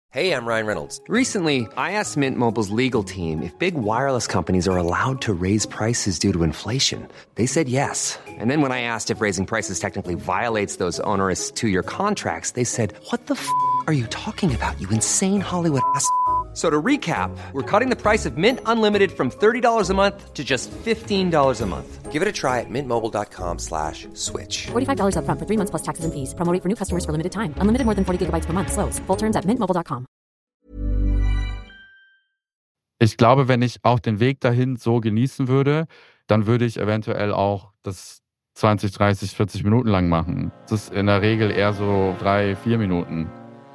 Hey, I'm Ryan Reynolds. Recently, I asked Mint Mobile's legal team if big wireless companies are allowed to raise prices due to inflation. They said yes. And then when I asked if raising prices technically violates those onerous two-year contracts, they said, "What the f*** are you talking about, you insane Hollywood ass?" So to recap, we're cutting the price of Mint Unlimited from $30 a month to just $15 a month. Give it a try at mintmobile.com/switch. $45 up front for 3 months plus taxes and fees. Promo rate for new customers for limited time. Unlimited more than 40 gigabytes per month. Slows full terms at mintmobile.com. Ich glaube, wenn ich auch den Weg dahin so genießen würde, dann würde ich eventuell auch das 20, 30, 40 Minuten lang machen. Das ist in der Regel eher so 3, 4 Minuten.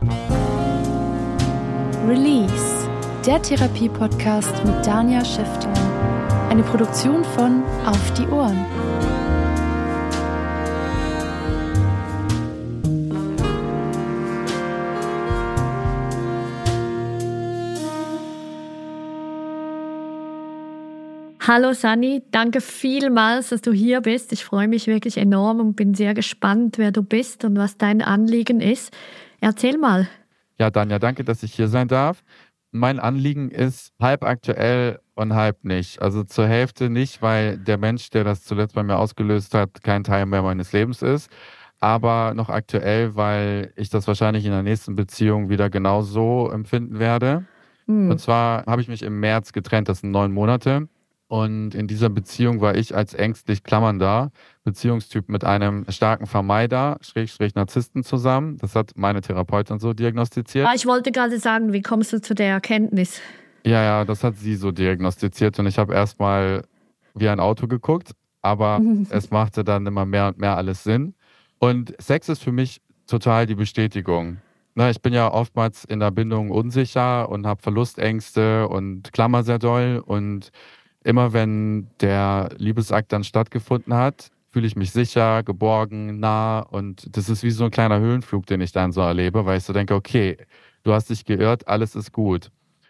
Release, der Therapie-Podcast mit Dania Schifter. Eine Produktion von Auf die Ohren. Hallo Sunny, danke vielmals, dass du hier bist. Ich freue mich wirklich enorm und bin sehr gespannt, wer du bist und was dein Anliegen ist. Erzähl mal. Ja, Danja, danke, dass ich hier sein darf. Mein Anliegen ist halb aktuell und halb nicht. Also zur Hälfte nicht, weil der Mensch, der das zuletzt bei mir ausgelöst hat, kein Teil mehr meines Lebens ist. Aber noch aktuell, weil ich das wahrscheinlich in der nächsten Beziehung wieder genauso empfinden werde. Und zwar habe ich mich im März getrennt, das sind 9 Monate. Und in dieser Beziehung war ich als ängstlich klammernder Beziehungstyp mit einem starken Vermeider, Schrägstrich Narzissten zusammen. Das hat meine Therapeutin so diagnostiziert. Ich wollte gerade sagen, wie kommst du zu der Erkenntnis? Ja, das hat sie so diagnostiziert. Und ich habe erstmal wie ein Auto geguckt, aber es machte dann immer mehr und mehr alles Sinn. Und Sex ist für mich total die Bestätigung. Ich bin ja oftmals in der Bindung unsicher und habe Verlustängste und klammer sehr doll. Und immer wenn der Liebesakt dann stattgefunden hat, fühle ich mich sicher, geborgen, nah. Und das ist wie so ein kleiner Höhenflug, den ich dann so erlebe, weil ich so denke, okay, du hast dich geirrt, alles ist gut.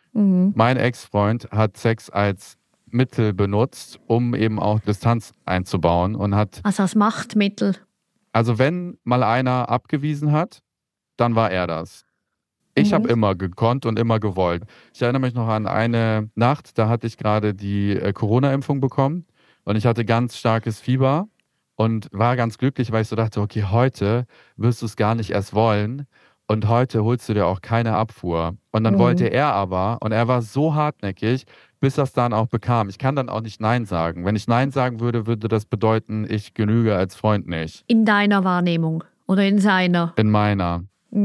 Mein Ex-Freund hat Sex als Mittel benutzt, um eben auch Distanz einzubauen und hat... Also als Machtmittel. Also wenn mal einer abgewiesen hat, dann war er das. Ich habe immer gekonnt und immer gewollt. Ich erinnere mich noch an eine Nacht, da hatte ich gerade die Corona-Impfung bekommen und ich hatte ganz starkes Fieber und war ganz glücklich, weil ich so dachte, okay, heute wirst du es gar nicht erst wollen und heute holst du dir auch keine Abfuhr. Und dann wollte er aber, und er war so hartnäckig, bis er es dann auch bekam. Ich kann dann auch nicht Nein sagen. Wenn ich Nein sagen würde, würde das bedeuten, ich genüge als Freund nicht. In deiner Wahrnehmung oder in seiner? In meiner.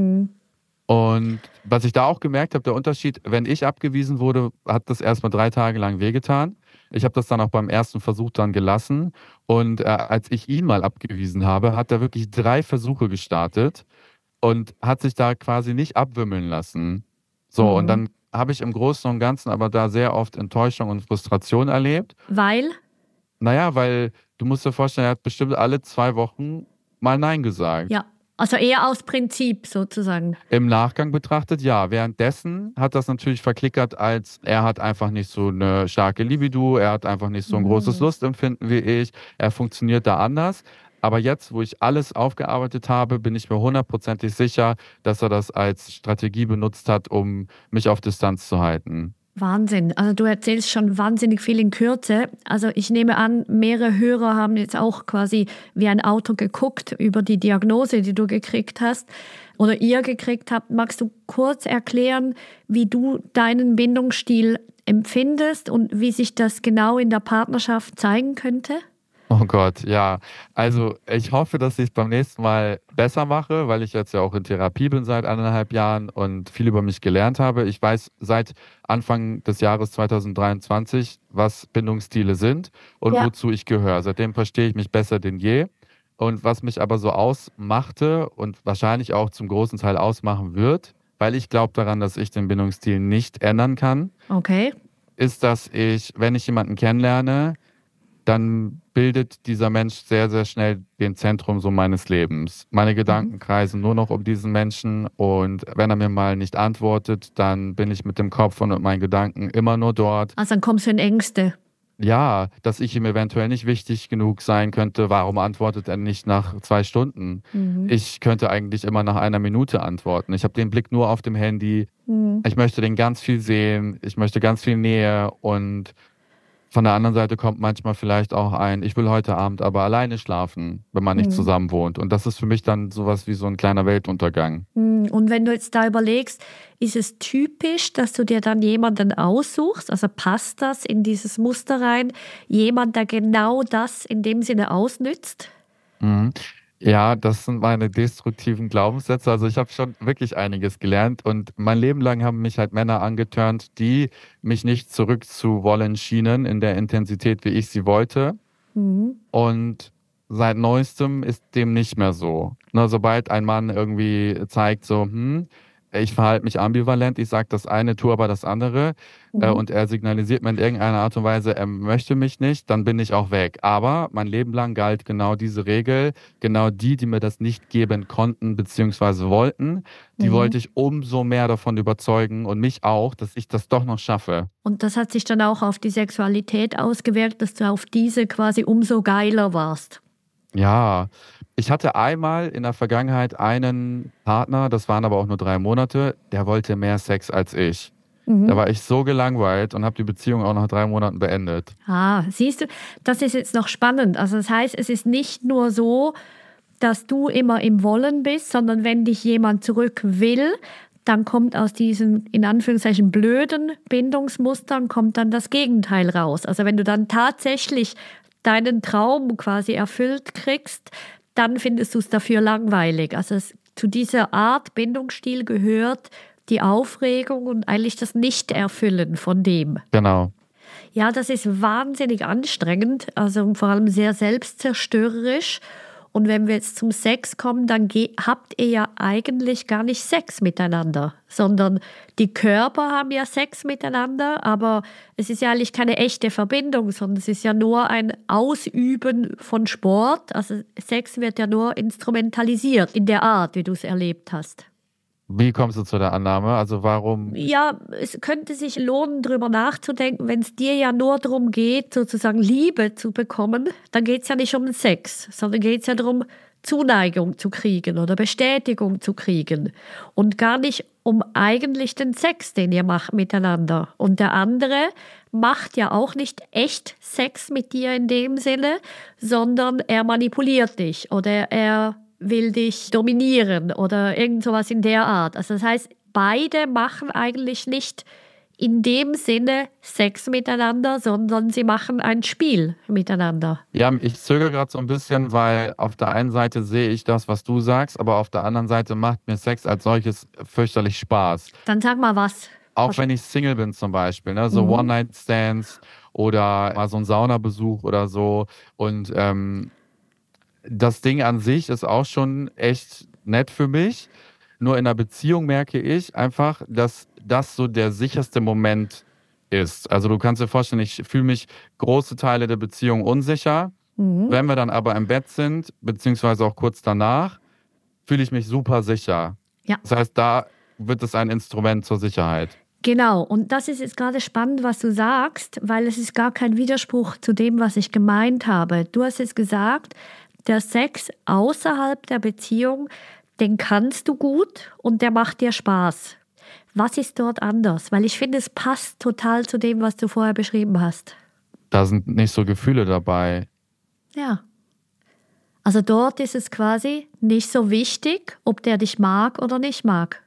Und was ich da auch gemerkt habe, der Unterschied, wenn ich abgewiesen wurde, hat das erstmal 3 Tage lang wehgetan. Ich habe das dann auch beim ersten Versuch dann gelassen. Und als ich ihn mal abgewiesen habe, hat er wirklich 3 Versuche gestartet und hat sich da quasi nicht abwimmeln lassen. So, und dann habe ich im Großen und Ganzen aber da sehr oft Enttäuschung und Frustration erlebt. Weil? Naja, weil du musst dir vorstellen, er hat bestimmt alle 2 Wochen mal Nein gesagt. Ja. Also eher aus Prinzip sozusagen. Im Nachgang betrachtet, ja. Währenddessen hat das natürlich verklickert, als er hat einfach nicht so eine starke Libido, er hat einfach nicht so ein großes Lustempfinden wie ich, er funktioniert da anders. Aber jetzt, wo ich alles aufgearbeitet habe, bin ich mir 100%ig sicher, dass er das als Strategie benutzt hat, um mich auf Distanz zu halten. Wahnsinn. Also du erzählst schon wahnsinnig viel in Kürze. Also ich nehme an, mehrere Hörer haben jetzt auch quasi wie ein Auto geguckt über die Diagnose, die du gekriegt hast oder ihr gekriegt habt. Magst du kurz erklären, wie du deinen Bindungsstil empfindest und wie sich das genau in der Partnerschaft zeigen könnte? Oh Gott, ja. Also ich hoffe, dass ich es beim nächsten Mal besser mache, weil ich jetzt ja auch in Therapie bin seit 1,5 Jahren und viel über mich gelernt habe. Ich weiß seit Anfang des Jahres 2023, was Bindungsstile sind und wozu ich gehöre. Seitdem verstehe ich mich besser denn je. Und was mich aber so ausmachte und wahrscheinlich auch zum großen Teil ausmachen wird, weil ich glaube daran, dass ich den Bindungsstil nicht ändern kann, ist, dass ich, wenn ich jemanden kennenlerne, dann bildet dieser Mensch sehr, sehr schnell den Zentrum so meines Lebens. Meine Gedanken kreisen nur noch um diesen Menschen und wenn er mir mal nicht antwortet, dann bin ich mit dem Kopf und mit meinen Gedanken immer nur dort. Also dann kommst du in Ängste. ja, dass ich ihm eventuell nicht wichtig genug sein könnte. Warum antwortet er nicht nach 2 Stunden? Ich könnte eigentlich immer nach 1 Minute antworten. Ich habe den Blick nur auf dem Handy. Ich möchte den ganz viel sehen. Ich möchte ganz viel Nähe. Und von der anderen Seite kommt manchmal vielleicht auch ich will heute Abend aber alleine schlafen, wenn man nicht zusammen wohnt. Und das ist für mich dann sowas wie so ein kleiner Weltuntergang. Und wenn du jetzt da überlegst, ist es typisch, dass du dir dann jemanden aussuchst? Also passt das in dieses Muster rein? Jemand, der genau das in dem Sinne ausnützt? Ja, das sind meine destruktiven Glaubenssätze. Also ich habe schon wirklich einiges gelernt und mein Leben lang haben mich halt Männer angetörnt, die mich nicht zurückzuwollen schienen in der Intensität, wie ich sie wollte. Und seit Neuestem ist dem nicht mehr so. Na, sobald ein Mann irgendwie zeigt so, ich verhalte mich ambivalent, ich sage das eine, tue aber das andere und er signalisiert mir in irgendeiner Art und Weise, er möchte mich nicht, dann bin ich auch weg. Aber mein Leben lang galt genau diese Regel, genau die mir das nicht geben konnten bzw. wollten, die wollte ich umso mehr davon überzeugen und mich auch, dass ich das doch noch schaffe. Und das hat sich dann auch auf die Sexualität ausgewirkt, dass du auf diese quasi umso geiler warst. Ja, ich hatte einmal in der Vergangenheit einen Partner, das waren aber auch nur 3 Monate, der wollte mehr Sex als ich. Da war ich so gelangweilt und habe die Beziehung auch nach 3 Monaten beendet. Siehst du, das ist jetzt noch spannend. Also das heißt, es ist nicht nur so, dass du immer im Wollen bist, sondern wenn dich jemand zurück will, dann kommt aus diesen, in Anführungszeichen, blöden Bindungsmustern, kommt dann das Gegenteil raus. Also wenn du dann tatsächlich deinen Traum quasi erfüllt kriegst, dann findest du es dafür langweilig. Also zu dieser Art Bindungsstil gehört die Aufregung und eigentlich das Nicht-Erfüllen von dem. Genau. Ja, das ist wahnsinnig anstrengend, also vor allem sehr selbstzerstörerisch. Und wenn wir jetzt zum Sex kommen, dann habt ihr ja eigentlich gar nicht Sex miteinander, sondern die Körper haben ja Sex miteinander, aber es ist ja eigentlich keine echte Verbindung, sondern es ist ja nur ein Ausüben von Sport. Also Sex wird ja nur instrumentalisiert in der Art, wie du es erlebt hast. Wie kommst du zu der Annahme? Also warum? Ja, es könnte sich lohnen, darüber nachzudenken, wenn es dir ja nur darum geht, sozusagen Liebe zu bekommen, dann geht es ja nicht um den Sex, sondern geht es ja darum, Zuneigung zu kriegen oder Bestätigung zu kriegen und gar nicht um eigentlich den Sex, den ihr macht miteinander. Und der andere macht ja auch nicht echt Sex mit dir in dem Sinne, sondern er manipuliert dich oder er will dich dominieren oder irgend sowas in der Art. Also das heißt, beide machen eigentlich nicht in dem Sinne Sex miteinander, sondern sie machen ein Spiel miteinander. Ja, ich zögere gerade so ein bisschen, weil auf der einen Seite sehe ich das, was du sagst, aber auf der anderen Seite macht mir Sex als solches fürchterlich Spaß. Dann sag mal was. Auch wenn ich Single bin zum Beispiel, ne? So One-Night-Stands oder mal so ein Saunabesuch oder so. Und das Ding an sich ist auch schon echt nett für mich. Nur in einer Beziehung merke ich einfach, dass das so der sicherste Moment ist. Also du kannst dir vorstellen, ich fühle mich große Teile der Beziehung unsicher. Wenn wir dann aber im Bett sind, beziehungsweise auch kurz danach, fühle ich mich super sicher. Ja. Das heißt, da wird es ein Instrument zur Sicherheit. Genau, und das ist jetzt gerade spannend, was du sagst, weil es ist gar kein Widerspruch zu dem, was ich gemeint habe. Du hast jetzt gesagt, der Sex außerhalb der Beziehung, den kannst du gut und der macht dir Spaß. Was ist dort anders? Weil ich finde, es passt total zu dem, was du vorher beschrieben hast. Da sind nicht so Gefühle dabei. Ja. Also dort ist es quasi nicht so wichtig, ob der dich mag oder nicht mag.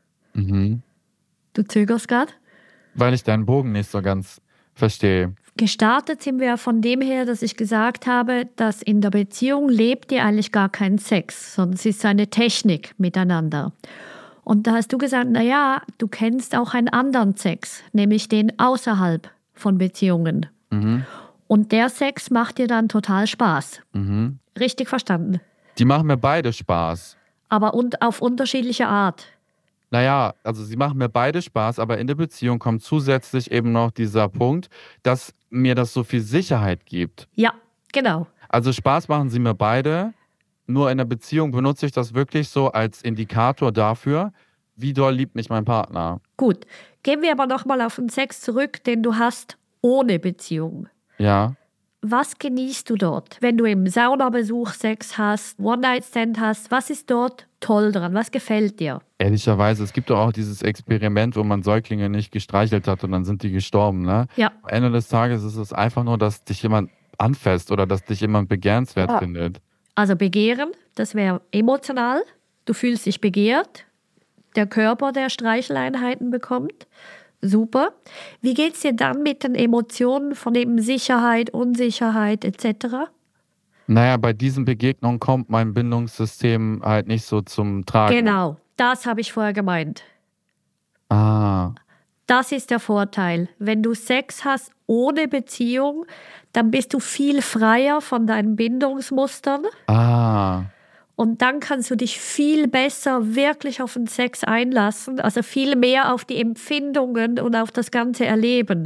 Du zögerst gerade? Weil ich deinen Bogen nicht so ganz verstehe. Gestartet sind wir von dem her, dass ich gesagt habe, dass in der Beziehung lebt ihr eigentlich gar kein Sex, sondern es ist eine Technik miteinander. Und da hast du gesagt, naja, du kennst auch einen anderen Sex, nämlich den außerhalb von Beziehungen. Und der Sex macht dir dann total Spaß. Richtig verstanden? Die machen mir beide Spaß. Aber auf unterschiedliche Art. Naja, also sie machen mir beide Spaß, aber in der Beziehung kommt zusätzlich eben noch dieser Punkt, dass mir das so viel Sicherheit gibt. Ja, genau. Also Spaß machen sie mir beide, nur in der Beziehung benutze ich das wirklich so als Indikator dafür, wie doll liebt mich mein Partner. Gut, gehen wir aber nochmal auf den Sex zurück, den du hast ohne Beziehung. Ja. was genießt du dort? Wenn du im Saunabesuch Sex hast, One-Night-Stand hast, was ist dort toll dran? Was gefällt dir? Ehrlicherweise, es gibt doch auch dieses Experiment, wo man Säuglinge nicht gestreichelt hat und dann sind die gestorben. Ne? Ja. Am Ende des Tages ist es einfach nur, dass dich jemand anfasst oder dass dich jemand begehrenswert findet. Also Begehren, das wäre emotional. Du fühlst dich begehrt. Der Körper, der Streicheleinheiten bekommt. Super. Wie geht es dir dann mit den Emotionen von eben Sicherheit, Unsicherheit etc.? Naja, bei diesen Begegnungen kommt mein Bindungssystem halt nicht so zum Tragen. Genau, das habe ich vorher gemeint. Ah. Das ist der Vorteil. Wenn du Sex hast ohne Beziehung, dann bist du viel freier von deinen Bindungsmustern. Ah. Und dann kannst du dich viel besser wirklich auf den Sex einlassen, also viel mehr auf die Empfindungen und auf das ganze Erleben.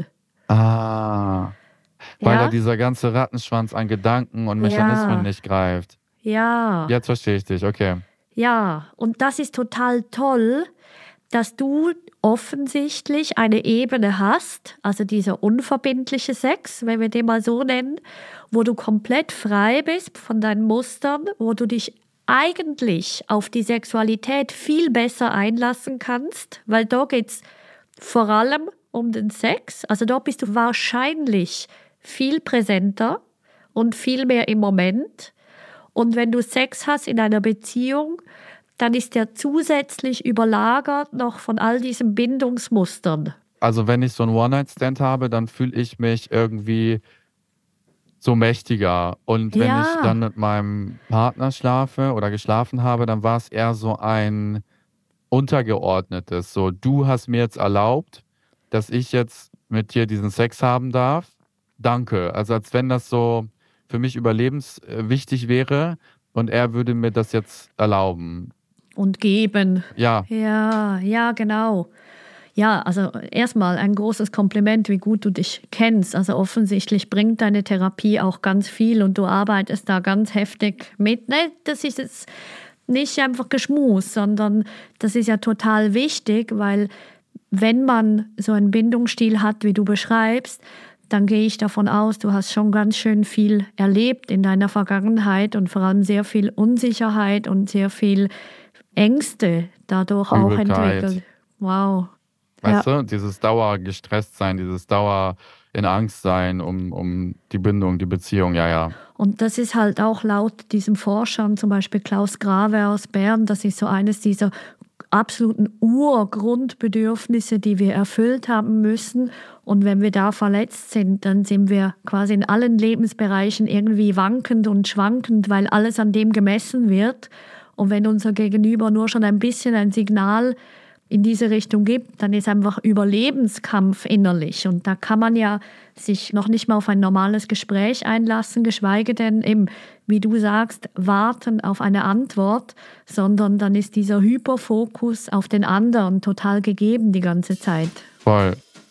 Ah. Weil Ja? da dieser ganze Rattenschwanz an Gedanken und Mechanismen nicht greift. Ja, Jetzt verstehe ich dich, okay. ja. Und das ist total toll, dass du offensichtlich eine Ebene hast, also dieser unverbindliche Sex, wenn wir den mal so nennen, wo du komplett frei bist von deinen Mustern, wo du dich eigentlich auf die Sexualität viel besser einlassen kannst, weil da geht es vor allem um den Sex. Also da bist du wahrscheinlich viel präsenter und viel mehr im Moment. Und wenn du Sex hast in einer Beziehung, dann ist der zusätzlich überlagert noch von all diesen Bindungsmustern. Also wenn ich so einen One-Night-Stand habe, dann fühle ich mich irgendwie so mächtiger. Und wenn Ja. ich dann mit meinem Partner schlafe oder geschlafen habe, dann war es eher so ein untergeordnetes. So, du hast mir jetzt erlaubt, dass ich jetzt mit dir diesen Sex haben darf. Danke. Also als wenn das so für mich überlebenswichtig wäre und er würde mir das jetzt erlauben. Und geben. Ja, Ja, genau. Ja, also erstmal ein großes Kompliment, wie gut du dich kennst. Also offensichtlich bringt deine Therapie auch ganz viel und du arbeitest da ganz heftig mit. Ne, das ist jetzt nicht einfach Geschmus, sondern das ist ja total wichtig, weil wenn man so einen Bindungsstil hat, wie du beschreibst, dann gehe ich davon aus, du hast schon ganz schön viel erlebt in deiner Vergangenheit und vor allem sehr viel Unsicherheit und sehr viel Ängste dadurch auch Übelkeit. entwickelt. Wow. weißt du, dieses Dauer gestresst sein, dieses Dauer in Angst sein um die Bindung, die Beziehung, ja. Und das ist halt auch laut diesem Forschern, zum Beispiel Klaus Grave aus Bern, das ist so eines dieser absoluten Urgrundbedürfnisse, die wir erfüllt haben müssen. Und wenn wir da verletzt sind, dann sind wir quasi in allen Lebensbereichen irgendwie wankend und schwankend, weil alles an dem gemessen wird. Und wenn unser Gegenüber nur schon ein bisschen ein Signal in diese Richtung gibt, dann ist einfach Überlebenskampf innerlich. Und da kann man ja sich noch nicht mal auf ein normales Gespräch einlassen, geschweige denn eben, wie du sagst, warten auf eine Antwort, sondern dann ist dieser Hyperfokus auf den anderen total gegeben die ganze Zeit. Voll.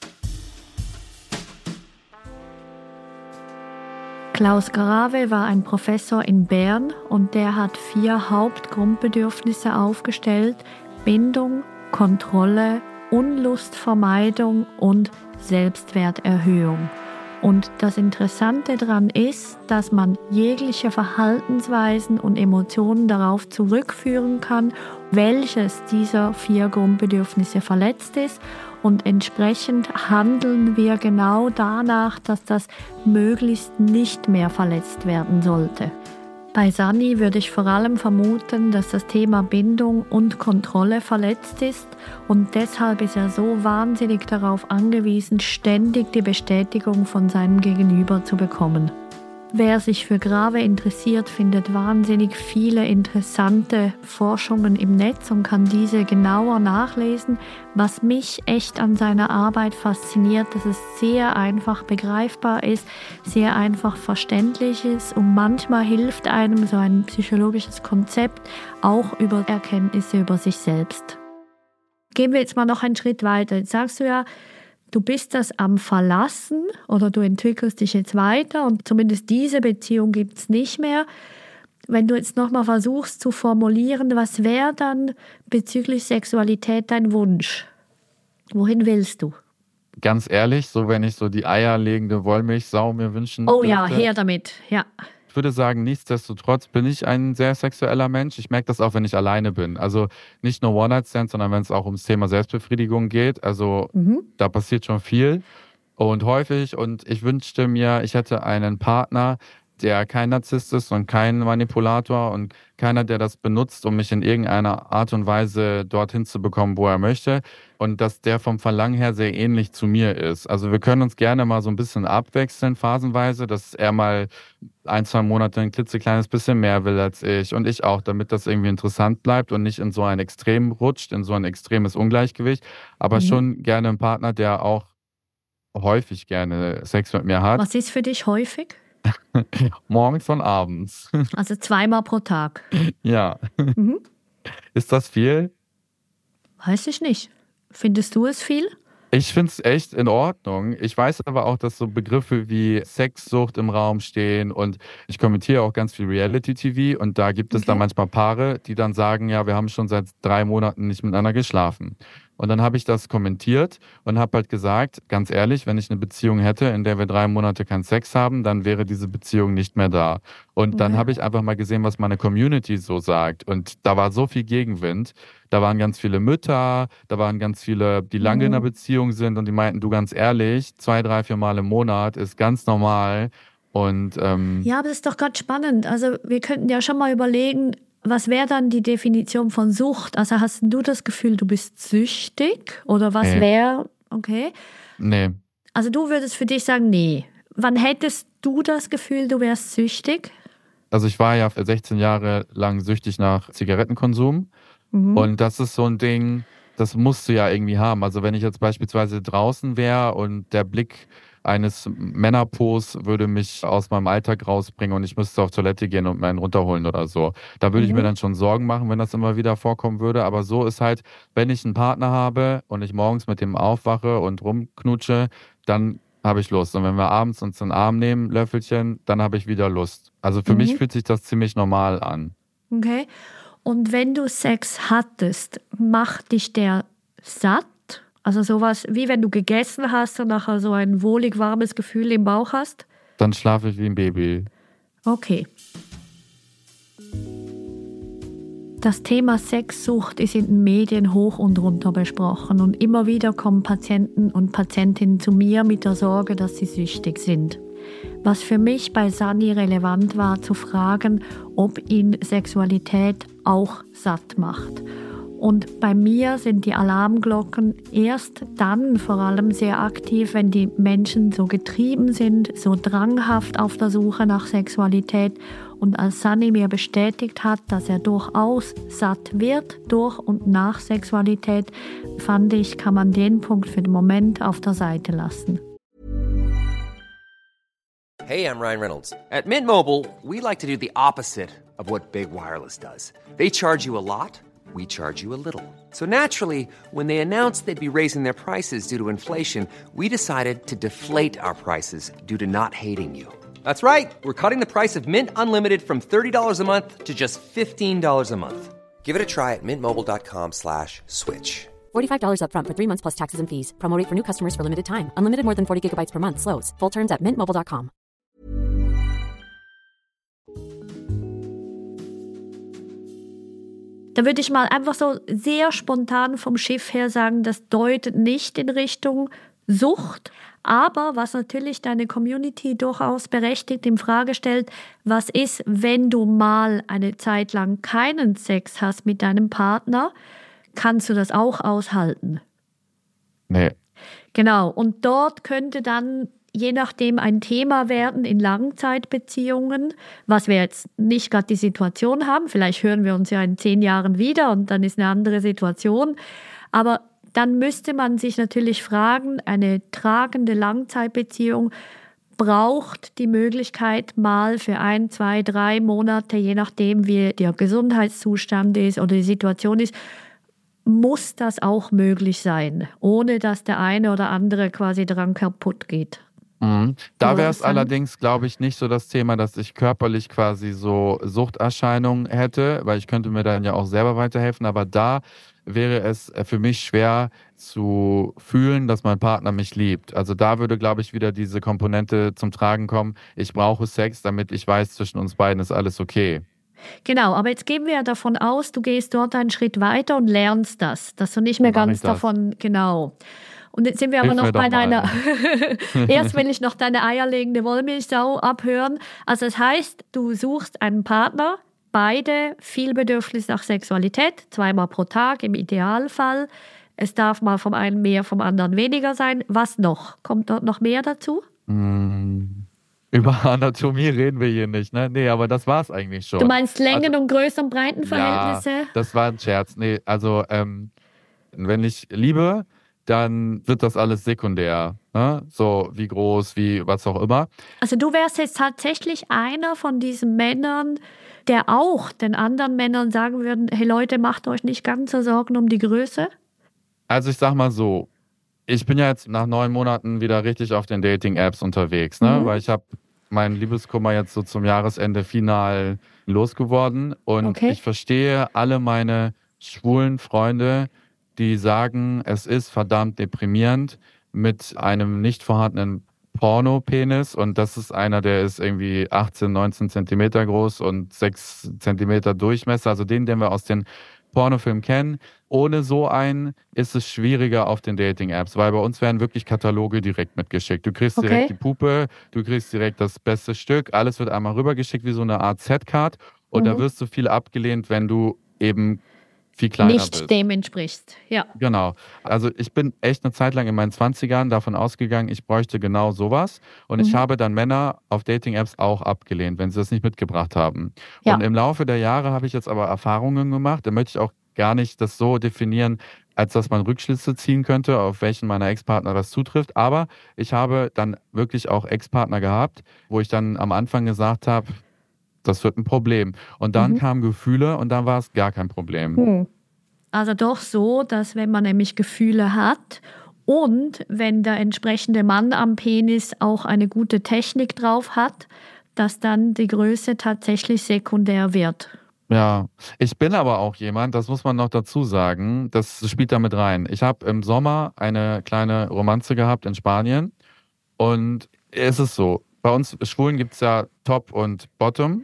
Klaus Grave war ein Professor in Bern und der hat 4 Hauptgrundbedürfnisse aufgestellt: Bindung, Kontrolle, Unlustvermeidung und Selbstwerterhöhung. Und das Interessante daran ist, dass man jegliche Verhaltensweisen und Emotionen darauf zurückführen kann, welches dieser 4 Grundbedürfnisse verletzt ist. Und entsprechend handeln wir genau danach, dass das möglichst nicht mehr verletzt werden sollte. Bei Sani würde ich vor allem vermuten, dass das Thema Bindung und Kontrolle verletzt ist und deshalb ist er so wahnsinnig darauf angewiesen, ständig die Bestätigung von seinem Gegenüber zu bekommen. Wer sich für Grave interessiert, findet wahnsinnig viele interessante Forschungen im Netz und kann diese genauer nachlesen. Was mich echt an seiner Arbeit fasziniert, dass es sehr einfach begreifbar ist, sehr einfach verständlich ist und manchmal hilft einem so ein psychologisches Konzept auch über Erkenntnisse über sich selbst. Gehen wir jetzt mal noch einen Schritt weiter. Jetzt sagst du ja, du bist das am Verlassen oder du entwickelst dich jetzt weiter und zumindest diese Beziehung gibt es nicht mehr. Wenn du jetzt nochmal versuchst zu formulieren, was wäre dann bezüglich Sexualität dein Wunsch? Wohin willst du? ganz ehrlich, so wenn ich so die eierlegende Wollmilchsau mir wünschen Oh ja, dürfte, her damit. Ja. ich würde sagen, nichtsdestotrotz bin ich ein sehr sexueller Mensch. Ich merke das auch, wenn ich alleine bin. Also nicht nur One-Night-Stand, sondern wenn es auch ums Thema Selbstbefriedigung geht. Also da passiert schon viel und häufig. Und ich wünschte mir, ich hätte einen Partner, der kein Narzisst ist und kein Manipulator und keiner, der das benutzt, um mich in irgendeiner Art und Weise dorthin zu bekommen, wo er möchte. Und dass der vom Verlangen her sehr ähnlich zu mir ist. Also wir können uns gerne mal so ein bisschen abwechseln, phasenweise, dass er mal 1-2 Monate ein klitzekleines bisschen mehr will als ich und ich auch, damit das irgendwie interessant bleibt und nicht in so ein Extrem rutscht, in so ein extremes Ungleichgewicht. Aber schon gerne einen Partner, der auch häufig gerne Sex mit mir hat. Was ist für dich häufig? Morgens und abends. Also 2-mal pro Tag. Ja. Ist das viel? Weiß ich nicht. Findest du es viel? Ich finde es echt in Ordnung. Ich weiß aber auch, dass so Begriffe wie Sexsucht im Raum stehen und ich kommentiere auch ganz viel Reality-TV und da gibt es dann manchmal Paare, die dann sagen, ja, wir haben schon seit 3 Monaten nicht miteinander geschlafen. Und dann habe ich das kommentiert und habe halt gesagt, ganz ehrlich, wenn ich eine Beziehung hätte, in der wir 3 Monate keinen Sex haben, dann wäre diese Beziehung nicht mehr da. Und dann habe ich einfach mal gesehen, was meine Community so sagt. Und da war so viel Gegenwind. Da waren ganz viele Mütter, da waren ganz viele, die lange in einer Beziehung sind und die meinten, du ganz ehrlich, 2, 3, 4 Mal im Monat ist ganz normal. Und Ja, aber das ist doch ganz spannend. Also wir könnten ja schon mal überlegen, was wäre dann die Definition von Sucht? Also hast du das Gefühl, du bist süchtig? Oder was wäre, okay. nee. Also du würdest für dich sagen, nee. Wann hättest du das Gefühl, du wärst süchtig? Also ich war ja 16 Jahre lang süchtig nach Zigarettenkonsum. Und das ist so ein Ding, das musst du ja irgendwie haben. Also wenn ich jetzt beispielsweise draußen wäre und der Blick eines Männerpos würde mich aus meinem Alltag rausbringen und ich müsste auf Toilette gehen und mir einen runterholen oder so. Da würde ich mir dann schon Sorgen machen, wenn das immer wieder vorkommen würde. Aber so ist halt, wenn ich einen Partner habe und ich morgens mit dem aufwache und rumknutsche, dann habe ich Lust. Und wenn wir abends uns in den Arm nehmen, Löffelchen, dann habe ich wieder Lust. Also für mich fühlt sich das ziemlich normal an. Okay. Und wenn du Sex hattest, macht dich der satt? Also sowas, wie wenn du gegessen hast und nachher so ein wohlig warmes Gefühl im Bauch hast? Dann schlafe ich wie ein Baby. Okay. Das Thema Sexsucht ist in den Medien hoch und runter besprochen und immer wieder kommen Patienten und Patientinnen zu mir mit der Sorge, dass sie süchtig sind. Was für mich bei Sani relevant war, zu fragen, ob ihn Sexualität auch satt macht. Und bei mir sind die Alarmglocken erst dann vor allem sehr aktiv, wenn die Menschen so getrieben sind, so dranghaft auf der Suche nach Sexualität. Und als Sani mir bestätigt hat, dass er durchaus satt wird durch und nach Sexualität, fand ich, kann man den Punkt für den Moment auf der Seite lassen. Hey, I'm Ryan Reynolds. At Mint Mobile, we like to do the opposite of what Big Wireless does. They charge you a lot, we charge you a little. So naturally, when they announced they'd be raising their prices due to inflation, we decided to deflate our prices due to not hating you. That's right. We're cutting the price of Mint Unlimited from $30 a month to just $15 a month. Give it a try at mintmobile.com/switch. $45 up front for 3 months plus taxes and fees. Promo rate for new customers for limited time. Unlimited more than 40 gigabytes per month. Slows full terms at mintmobile.com. Da würde ich mal einfach so sehr spontan vom Schiff her sagen, das deutet nicht in Richtung Sucht. Aber was natürlich deine Community durchaus berechtigt in Frage stellt, was ist, wenn du mal eine Zeit lang keinen Sex hast mit deinem Partner? Kannst du das auch aushalten? Nee. Genau, und dort könnte dann je nachdem ein Thema werden in Langzeitbeziehungen, was wir jetzt nicht gerade die Situation haben. Vielleicht hören wir uns ja in 10 Jahren wieder und dann ist eine andere Situation. Aber dann müsste man sich natürlich fragen, eine tragende Langzeitbeziehung braucht die Möglichkeit mal für 1, 2, 3 Monate, je nachdem wie der Gesundheitszustand ist oder die Situation ist, muss das auch möglich sein, ohne dass der eine oder andere quasi daran kaputt geht. Da wäre es allerdings, glaube ich, nicht so das Thema, dass ich körperlich quasi so Suchterscheinungen hätte, weil ich könnte mir dann ja auch selber weiterhelfen, aber da wäre es für mich schwer zu fühlen, dass mein Partner mich liebt. Also da würde, glaube ich, wieder diese Komponente zum Tragen kommen. Ich brauche Sex, damit ich weiß, zwischen uns beiden ist alles okay. Genau, aber jetzt gehen wir ja davon aus, du gehst dort einen Schritt weiter und lernst das, dass du nicht mehr ganz davon, genau. Und jetzt sind wir aber noch bei deiner, erst will ich noch deine eierlegende Wollmilchsau abhören. Also das heißt, du suchst einen Partner, beide viel Bedürfnis nach Sexualität, 2-mal pro Tag im Idealfall. Es darf mal vom einen mehr, vom anderen weniger sein. Was noch? Kommt dort noch mehr dazu? Über Anatomie reden wir hier nicht, ne? Nee, aber das war es eigentlich schon. Du meinst Längen- und Größen- und Breitenverhältnisse? Ja, das war ein Scherz. Nee, also wenn ich liebe, dann wird das alles sekundär. Ne? So wie groß, wie was auch immer. Also du wärst jetzt tatsächlich einer von diesen Männern, der auch den anderen Männern sagen würden, hey Leute, macht euch nicht ganz so Sorgen um die Größe? Also ich sag mal so, ich bin ja jetzt nach 9 Monaten wieder richtig auf den Dating-Apps unterwegs, ne? Weil ich habe meinen Liebeskummer jetzt so zum Jahresende final losgeworden und ich verstehe alle meine schwulen Freunde, die sagen, es ist verdammt deprimierend mit einem nicht vorhandenen Pornopenis und das ist einer, der ist irgendwie 18, 19 Zentimeter groß und 6 Zentimeter Durchmesser, also den wir aus den Pornofilmen kennen. Ohne so einen ist es schwieriger auf den Dating-Apps, weil bei uns werden wirklich Kataloge direkt mitgeschickt. Du kriegst direkt die Puppe, du kriegst direkt das beste Stück, alles wird einmal rübergeschickt wie so eine Art Set-Card und da wirst du viel abgelehnt, wenn du eben viel kleiner bist. Nicht dem entsprichst, ja. Genau. Also ich bin echt eine Zeit lang in meinen 20ern davon ausgegangen, ich bräuchte genau sowas. Und ich habe dann Männer auf Dating-Apps auch abgelehnt, wenn sie das nicht mitgebracht haben. Ja. Und im Laufe der Jahre habe ich jetzt aber Erfahrungen gemacht. Da möchte ich auch gar nicht das so definieren, als dass man Rückschlüsse ziehen könnte, auf welchen meiner Ex-Partner das zutrifft. Aber ich habe dann wirklich auch Ex-Partner gehabt, wo ich dann am Anfang gesagt habe, das wird ein Problem. Und dann kamen Gefühle und dann war es gar kein Problem. Also doch so, dass wenn man nämlich Gefühle hat und wenn der entsprechende Mann am Penis auch eine gute Technik drauf hat, dass dann die Größe tatsächlich sekundär wird. Ja, ich bin aber auch jemand, das muss man noch dazu sagen, das spielt da mit rein. Ich habe im Sommer eine kleine Romanze gehabt in Spanien und es ist so, bei uns Schwulen gibt es ja Top und Bottom,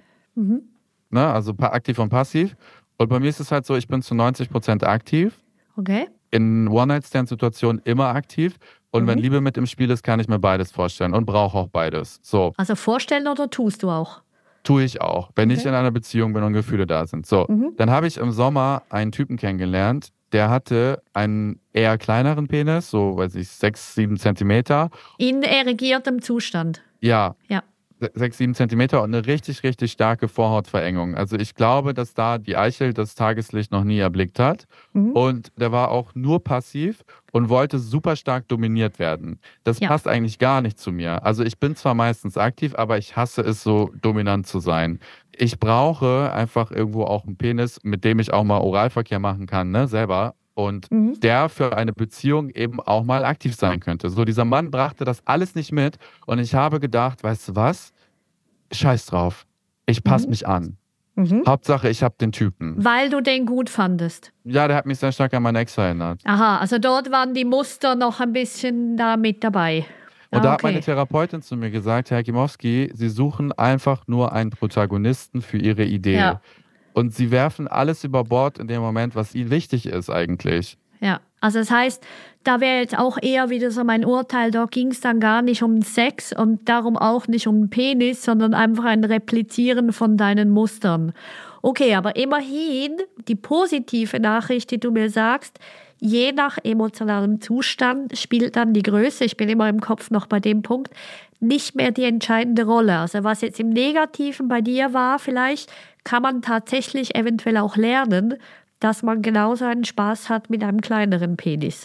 ne, also aktiv und passiv. Und bei mir ist es halt so, ich bin zu 90% aktiv. Okay. In One-Night-Stand-Situationen immer aktiv. Und wenn Liebe mit im Spiel ist, kann ich mir beides vorstellen und brauche auch beides. So. Also vorstellen oder tust du auch? Tue ich auch, wenn ich in einer Beziehung bin und Gefühle da sind. So, dann habe ich im Sommer einen Typen kennengelernt, der hatte einen eher kleineren Penis, so 6, 7 Zentimeter. In erregiertem Zustand? Ja. 6, 7 Zentimeter und eine richtig, richtig starke Vorhautverengung. Also ich glaube, dass da die Eichel das Tageslicht noch nie erblickt hat. Und der war auch nur passiv und wollte super stark dominiert werden. Das passt eigentlich gar nicht zu mir. Also ich bin zwar meistens aktiv, aber ich hasse es, so dominant zu sein. Ich brauche einfach irgendwo auch einen Penis, mit dem ich auch mal Oralverkehr machen kann, ne, selber. Und der für eine Beziehung eben auch mal aktiv sein könnte. So, dieser Mann brachte das alles nicht mit und ich habe gedacht, weißt du was? Scheiß drauf. Ich passe mich an. Hauptsache, ich habe den Typen. Weil du den gut fandest? Ja, der hat mich sehr stark an meinen Ex erinnert. Aha, also dort waren die Muster noch ein bisschen da mit dabei. Und da hat meine Therapeutin zu mir gesagt, Herr Gimowski, Sie suchen einfach nur einen Protagonisten für Ihre Idee. Ja. Und sie werfen alles über Bord in dem Moment, was ihnen wichtig ist eigentlich. Ja, also das heißt, da wäre jetzt auch eher wieder so mein Urteil, da ging es dann gar nicht um Sex und darum auch nicht um den Penis, sondern einfach ein Replizieren von deinen Mustern. Okay, aber immerhin die positive Nachricht, die du mir sagst, je nach emotionalem Zustand spielt dann die Größe, ich bin immer im Kopf noch bei dem Punkt, nicht mehr die entscheidende Rolle. Also was jetzt im Negativen bei dir war vielleicht, kann man tatsächlich eventuell auch lernen, dass man genauso einen Spaß hat mit einem kleineren Penis.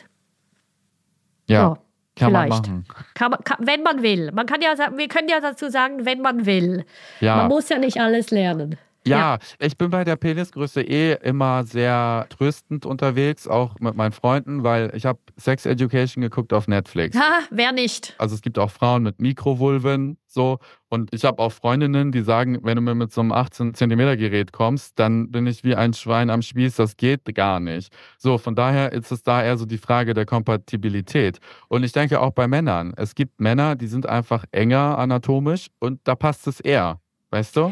Ja, so, kann vielleicht. man machen. Wenn man will. Man kann ja, wir können ja dazu sagen, wenn man will. Ja. Man muss ja nicht alles lernen. Ja, ich bin bei der Penisgröße immer sehr tröstend unterwegs, auch mit meinen Freunden, weil ich habe Sex Education geguckt auf Netflix. Ha, wer nicht? Also es gibt auch Frauen mit Mikrovulven, so. Und ich habe auch Freundinnen, die sagen, wenn du mir mit so einem 18 Zentimeter Gerät kommst, dann bin ich wie ein Schwein am Spieß, das geht gar nicht. So, von daher ist es da eher so die Frage der Kompatibilität. Und ich denke auch bei Männern. Es gibt Männer, die sind einfach enger anatomisch und da passt es eher. Weißt du?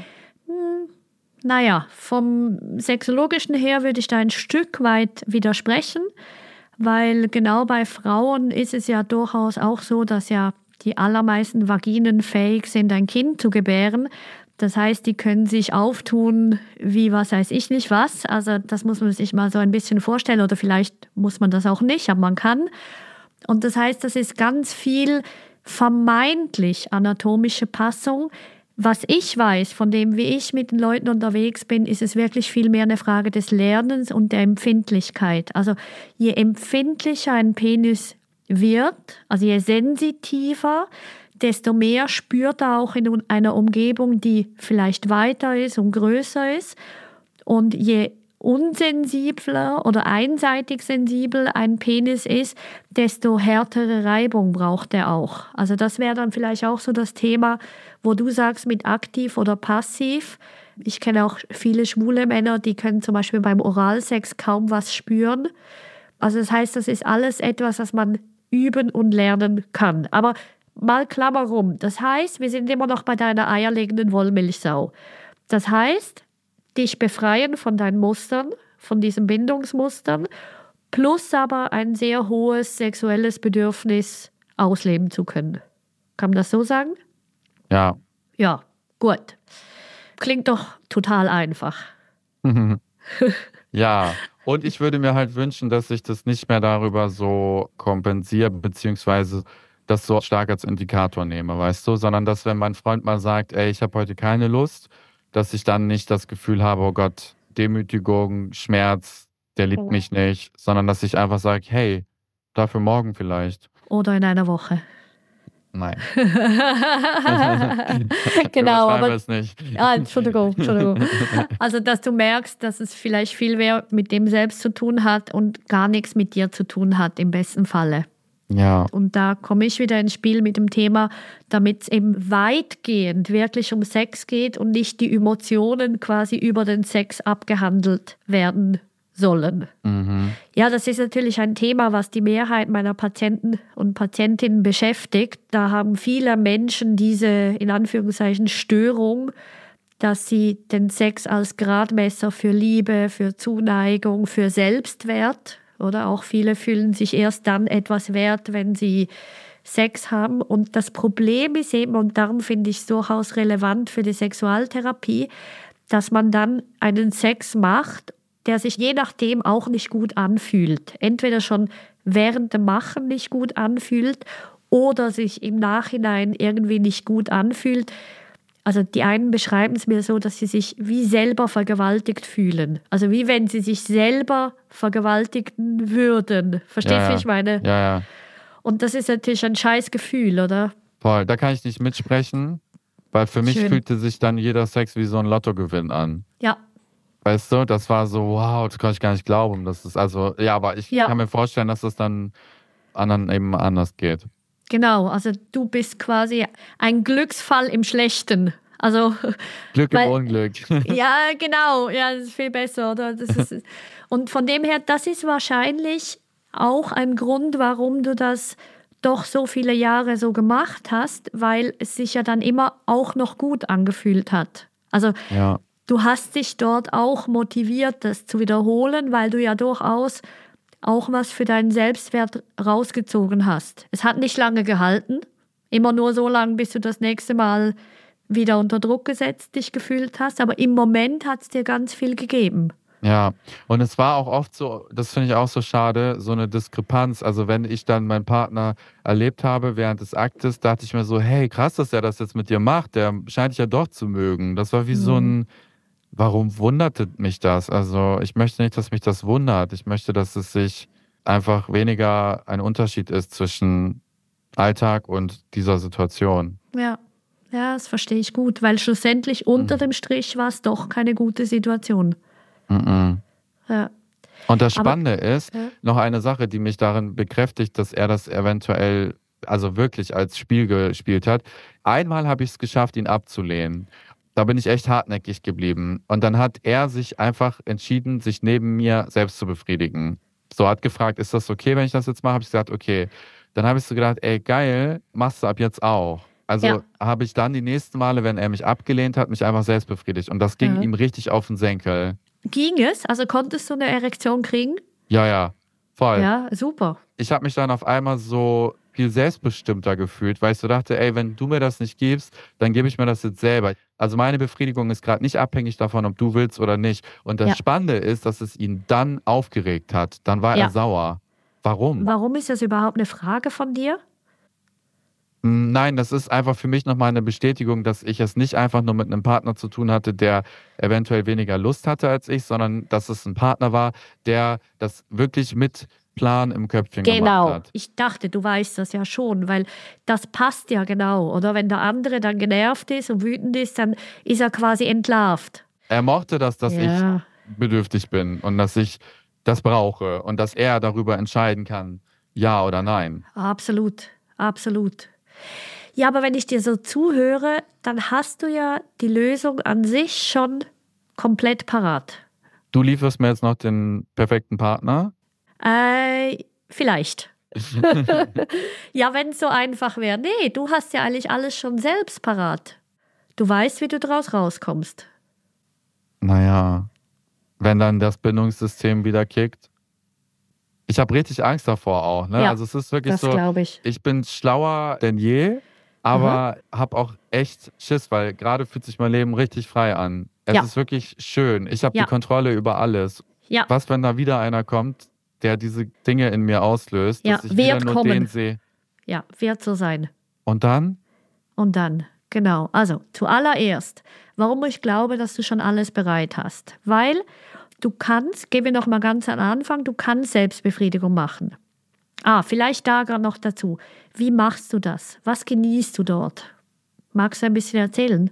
Naja, vom Sexologischen her würde ich da ein Stück weit widersprechen, weil genau bei Frauen ist es ja durchaus auch so, dass ja die allermeisten Vaginen fähig sind, ein Kind zu gebären. Das heißt, die können sich auftun wie was weiß ich nicht was. Also das muss man sich mal so ein bisschen vorstellen oder vielleicht muss man das auch nicht, aber man kann. Und das heißt, das ist ganz viel vermeintlich anatomische Passung. Was ich weiß, von dem, wie ich mit den Leuten unterwegs bin, ist es wirklich viel mehr eine Frage des Lernens und der Empfindlichkeit. Also je empfindlicher ein Penis wird, also je sensitiver, desto mehr spürt er auch in einer Umgebung, die vielleicht weiter ist und größer ist. Und je unsensibler oder einseitig sensibel ein Penis ist, desto härtere Reibung braucht er auch. Also das wäre dann vielleicht auch so das Thema, wo du sagst mit aktiv oder passiv. Ich kenne auch viele schwule Männer, die können zum Beispiel beim Oralsex kaum was spüren. Also das heißt, das ist alles etwas, das man üben und lernen kann. Aber mal Klammer rum. Das heißt, wir sind immer noch bei deiner eierlegenden Wollmilchsau. Das heißt, dich befreien von deinen Mustern, von diesen Bindungsmustern, plus aber ein sehr hohes sexuelles Bedürfnis ausleben zu können. Kann man das so sagen? Ja. Ja, gut. Klingt doch total einfach. Ja, und ich würde mir halt wünschen, dass ich das nicht mehr darüber so kompensiere, beziehungsweise das so stark als Indikator nehme, weißt du? Sondern dass, wenn mein Freund mal sagt, ey, ich habe heute keine Lust, dass ich dann nicht das Gefühl habe, oh Gott, Demütigung, Schmerz, der liebt mich nicht, sondern dass ich einfach sage, hey, dafür morgen vielleicht. Oder in einer Woche. Nein. Genau, aber es nicht. Ja, Entschuldigung. Also, dass du merkst, dass es vielleicht viel mehr mit dem selbst zu tun hat und gar nichts mit dir zu tun hat, im besten Falle. Ja. Und da komme ich wieder ins Spiel mit dem Thema, damit es eben weitgehend wirklich um Sex geht und nicht die Emotionen quasi über den Sex abgehandelt werden sollen. Mhm. Ja, das ist natürlich ein Thema, was die Mehrheit meiner Patienten und Patientinnen beschäftigt. Da haben viele Menschen diese, in Anführungszeichen, Störung, dass sie den Sex als Gradmesser für Liebe, für Zuneigung, für Selbstwert, oder auch viele fühlen sich erst dann etwas wert, wenn sie Sex haben. Und das Problem ist eben, und darum finde ich es durchaus relevant für die Sexualtherapie, dass man dann einen Sex macht, der sich je nachdem auch nicht gut anfühlt. Entweder schon während dem Machen nicht gut anfühlt oder sich im Nachhinein irgendwie nicht gut anfühlt. Also die einen beschreiben es mir so, dass sie sich wie selber vergewaltigt fühlen. Also wie wenn sie sich selber vergewaltigen würden. Verstehst du, wie ich meine? Ja. Und das ist natürlich ein scheiß Gefühl, oder? Voll, da kann ich nicht mitsprechen, weil für mich fühlte sich dann jeder Sex wie so ein Lottogewinn an. Ja. Weißt du, das war so, wow, das kann ich gar nicht glauben. Das ist also, ja, aber ich kann mir vorstellen, dass das dann anderen eben anders geht. Genau, also du bist quasi ein Glücksfall im Schlechten. Also, Glück im Unglück. Ja, genau. Ja, das ist viel besser, oder? Und von dem her, das ist wahrscheinlich auch ein Grund, warum du das doch so viele Jahre so gemacht hast, weil es sich ja dann immer auch noch gut angefühlt hat. Also du hast dich dort auch motiviert, das zu wiederholen, weil du ja durchaus auch was für deinen Selbstwert rausgezogen hast. Es hat nicht lange gehalten, immer nur so lange, bis du das nächste Mal wieder unter Druck gesetzt dich gefühlt hast, aber im Moment hat es dir ganz viel gegeben. Ja, und es war auch oft so, das finde ich auch so schade, so eine Diskrepanz. Also wenn ich dann meinen Partner erlebt habe während des Aktes, dachte ich mir so, hey, krass, dass er das jetzt mit dir macht, der scheint dich ja doch zu mögen. Das war wie so ein, warum wunderte mich das? Also ich möchte nicht, dass mich das wundert. Ich möchte, dass es sich einfach weniger ein Unterschied ist zwischen Alltag und dieser Situation. Ja. Ja, das verstehe ich gut, weil schlussendlich unter dem Strich war es doch keine gute Situation. Ja. Und das Spannende ist, noch eine Sache, die mich darin bekräftigt, dass er das eventuell, also wirklich als Spiel gespielt hat. Einmal habe ich es geschafft, ihn abzulehnen. Da bin ich echt hartnäckig geblieben. Und dann hat er sich einfach entschieden, sich neben mir selbst zu befriedigen. So, hat gefragt, ist das okay, wenn ich das jetzt mache? Habe ich gesagt, okay. Dann habe ich so gedacht, ey, geil, machst du ab jetzt auch. Also habe ich dann die nächsten Male, wenn er mich abgelehnt hat, mich einfach selbst befriedigt. Und das ging ihm richtig auf den Senkel. Ging es? Also konntest du eine Erektion kriegen? Ja, voll. Ja, super. Ich habe mich dann auf einmal so viel selbstbestimmter gefühlt, weil ich so dachte, ey, wenn du mir das nicht gibst, dann gebe ich mir das jetzt selber. Also meine Befriedigung ist gerade nicht abhängig davon, ob du willst oder nicht. Und das Spannende ist, dass es ihn dann aufgeregt hat. Dann war er sauer. Warum? Warum ist das überhaupt eine Frage von dir? Nein, das ist einfach für mich nochmal eine Bestätigung, dass ich es nicht einfach nur mit einem Partner zu tun hatte, der eventuell weniger Lust hatte als ich, sondern dass es ein Partner war, der das wirklich mit Plan im Köpfchen gemacht hat. Genau, ich dachte, du weißt das ja schon, weil das passt ja genau, oder? Wenn der andere dann genervt ist und wütend ist, dann ist er quasi entlarvt. Er mochte das, dass ich bedürftig bin und dass ich das brauche und dass er darüber entscheiden kann, ja oder nein. Absolut, absolut. Ja, aber wenn ich dir so zuhöre, dann hast du ja die Lösung an sich schon komplett parat. Du lieferst mir jetzt noch den perfekten Partner? Vielleicht. Ja, wenn es so einfach wäre. Nee, du hast ja eigentlich alles schon selbst parat. Du weißt, wie du daraus rauskommst. Naja, wenn dann das Bindungssystem wieder kickt. Ich habe richtig Angst davor auch. Ne? Ja, also es ist wirklich das so, glaube ich. Ich bin schlauer denn je, aber habe auch echt Schiss, weil gerade fühlt sich mein Leben richtig frei an. Es ist wirklich schön. Ich habe die Kontrolle über alles. Ja. Was, wenn da wieder einer kommt, der diese Dinge in mir auslöst, dass ich wieder nur den sehe? Ja, wird so sein. Und dann? Und dann, genau. Also zuallererst, warum ich glaube, dass du schon alles bereit hast. Weil du kannst, gehen wir noch mal ganz am Anfang, du kannst Selbstbefriedigung machen. Vielleicht da gerade noch dazu. Wie machst du das? Was genießt du dort? Magst du ein bisschen erzählen?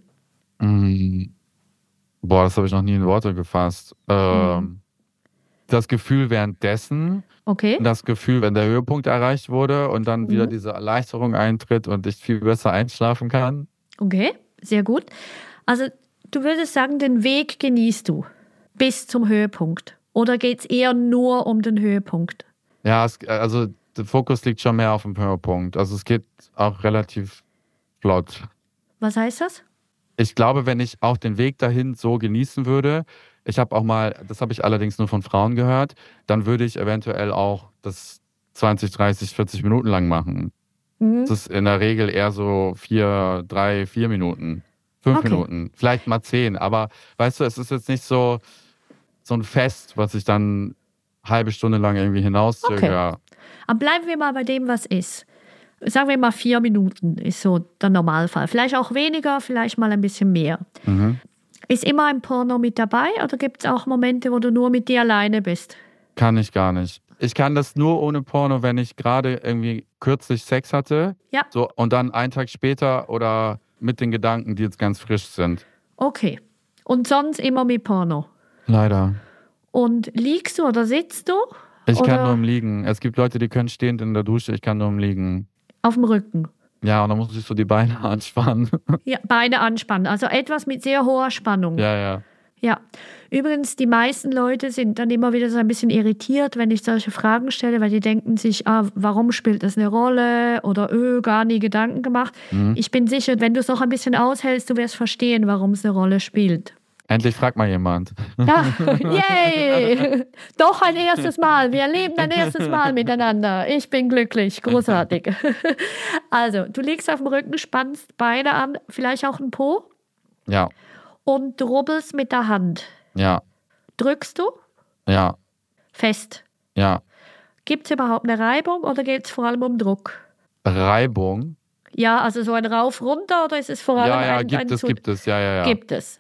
Boah, das habe ich noch nie in Worte gefasst. Das Gefühl währenddessen, das Gefühl, wenn der Höhepunkt erreicht wurde und dann wieder diese Erleichterung eintritt und ich viel besser einschlafen kann. Okay, sehr gut. Also du würdest sagen, den Weg genießt du bis zum Höhepunkt. Oder geht es eher nur um den Höhepunkt? Ja, also der Fokus liegt schon mehr auf dem Höhepunkt. Also es geht auch relativ flott. Was heißt das? Ich glaube, wenn ich auch den Weg dahin so genießen würde, ich habe auch mal, das habe ich allerdings nur von Frauen gehört, dann würde ich eventuell auch das 20, 30, 40 Minuten lang machen. Das ist in der Regel eher so 4 Minuten, 5 Minuten, vielleicht mal 10. Aber weißt du, es ist jetzt nicht so ein Fest, was ich dann halbe Stunde lang irgendwie hinauszögere. Aber bleiben wir mal bei dem, was ist. Sagen wir mal 4 Minuten ist so der Normalfall. Vielleicht auch weniger, vielleicht mal ein bisschen mehr. Ist immer ein Porno mit dabei oder gibt es auch Momente, wo du nur mit dir alleine bist? Kann ich gar nicht. Ich kann das nur ohne Porno, wenn ich gerade irgendwie kürzlich Sex hatte. Ja. So, und dann einen Tag später oder mit den Gedanken, die jetzt ganz frisch sind. Okay. Und sonst immer mit Porno? Leider. Und liegst du oder sitzt du? Ich kann nur im Liegen. Es gibt Leute, die können stehend in der Dusche. Ich kann nur im Liegen. Auf dem Rücken? Ja, und dann muss ich so die Beine anspannen. Ja, Beine anspannen. Also etwas mit sehr hoher Spannung. Ja. Ja. Übrigens, die meisten Leute sind dann immer wieder so ein bisschen irritiert, wenn ich solche Fragen stelle, weil die denken sich, warum spielt das eine Rolle? Oder gar nie Gedanken gemacht. Ich bin sicher, wenn du es noch ein bisschen aushältst, du wirst verstehen, warum es eine Rolle spielt. Endlich fragt mal jemand. Ja, yay! Doch ein erstes Mal. Wir erleben ein erstes Mal miteinander. Ich bin glücklich. Großartig. Also, du liegst auf dem Rücken, spannst Beine an, vielleicht auch einen Po. Ja. Und rubbelst mit der Hand. Ja. Drückst du? Ja. Fest. Ja. Gibt es überhaupt eine Reibung oder geht es vor allem um Druck? Reibung? Ja, also so ein Rauf, runter oder ist es vor allem ein gibt es. Ja. Gibt es.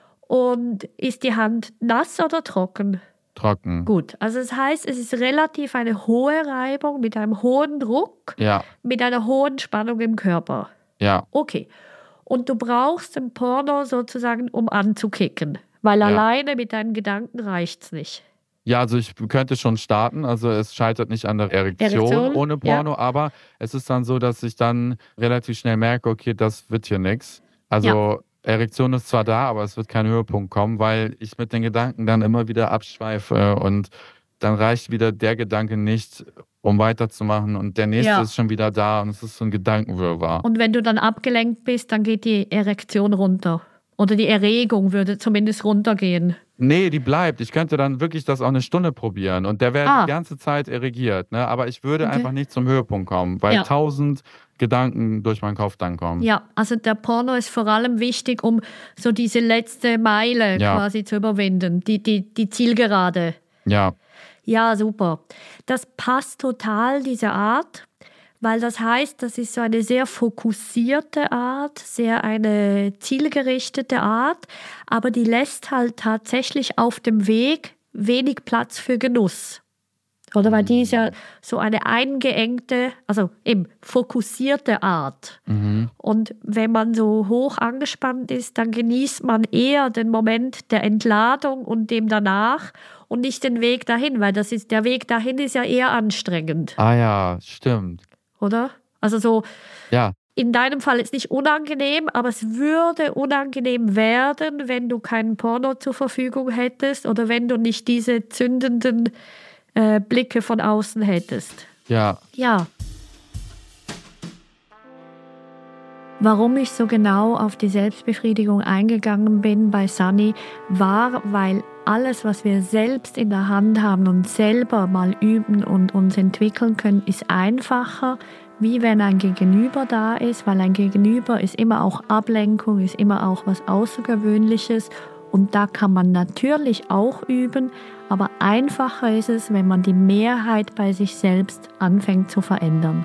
Und ist die Hand nass oder trocken? Trocken. Gut, also das heißt, es ist relativ eine hohe Reibung mit einem hohen Druck, mit einer hohen Spannung im Körper. Ja. Okay. und du brauchst ein Porno sozusagen, um anzukicken. Weil alleine mit deinen Gedanken reicht es nicht. Ja, also ich könnte schon starten. Also es scheitert nicht an der Erektion ohne Porno, aber es ist dann so, dass ich dann relativ schnell merke, okay, das wird hier nichts. Also Erektion ist zwar da, aber es wird kein Höhepunkt kommen, weil ich mit den Gedanken dann immer wieder abschweife und dann reicht wieder der Gedanke nicht, um weiterzumachen und der nächste ist schon wieder da und es ist so ein Gedankenwirrwarr. Und wenn du dann abgelenkt bist, dann geht die Erektion runter. Oder die Erregung würde zumindest runtergehen. Nee, die bleibt. Ich könnte dann wirklich das auch eine Stunde probieren und der wäre die ganze Zeit erregiert. Ne? Aber ich würde einfach nicht zum Höhepunkt kommen, weil 1000 Gedanken durch meinen Kopf dann kommen. Ja, also der Porno ist vor allem wichtig, um so diese letzte Meile quasi zu überwinden, die Zielgerade. Ja. Ja, super. Das passt total, diese Art. Weil das heißt, das ist so eine sehr fokussierte Art, sehr eine zielgerichtete Art, aber die lässt halt tatsächlich auf dem Weg wenig Platz für Genuss. Oder weil die ist ja so eine eingeengte, also eben fokussierte Art. Und wenn man so hoch angespannt ist, dann genießt man eher den Moment der Entladung und dem danach und nicht den Weg dahin, weil der Weg dahin ist ja eher anstrengend. Ah ja, stimmt. Oder? Also so, in deinem Fall ist nicht unangenehm, aber es würde unangenehm werden, wenn du keinen Porno zur Verfügung hättest oder wenn du nicht diese zündenden Blicke von außen hättest. Ja. Ja. Warum ich so genau auf die Selbstbefriedigung eingegangen bin bei Sunny, war, weil alles, was wir selbst in der Hand haben und selber mal üben und uns entwickeln können, ist einfacher, wie wenn ein Gegenüber da ist, weil ein Gegenüber ist immer auch Ablenkung, ist immer auch was Außergewöhnliches und da kann man natürlich auch üben, aber einfacher ist es, wenn man die Mehrheit bei sich selbst anfängt zu verändern.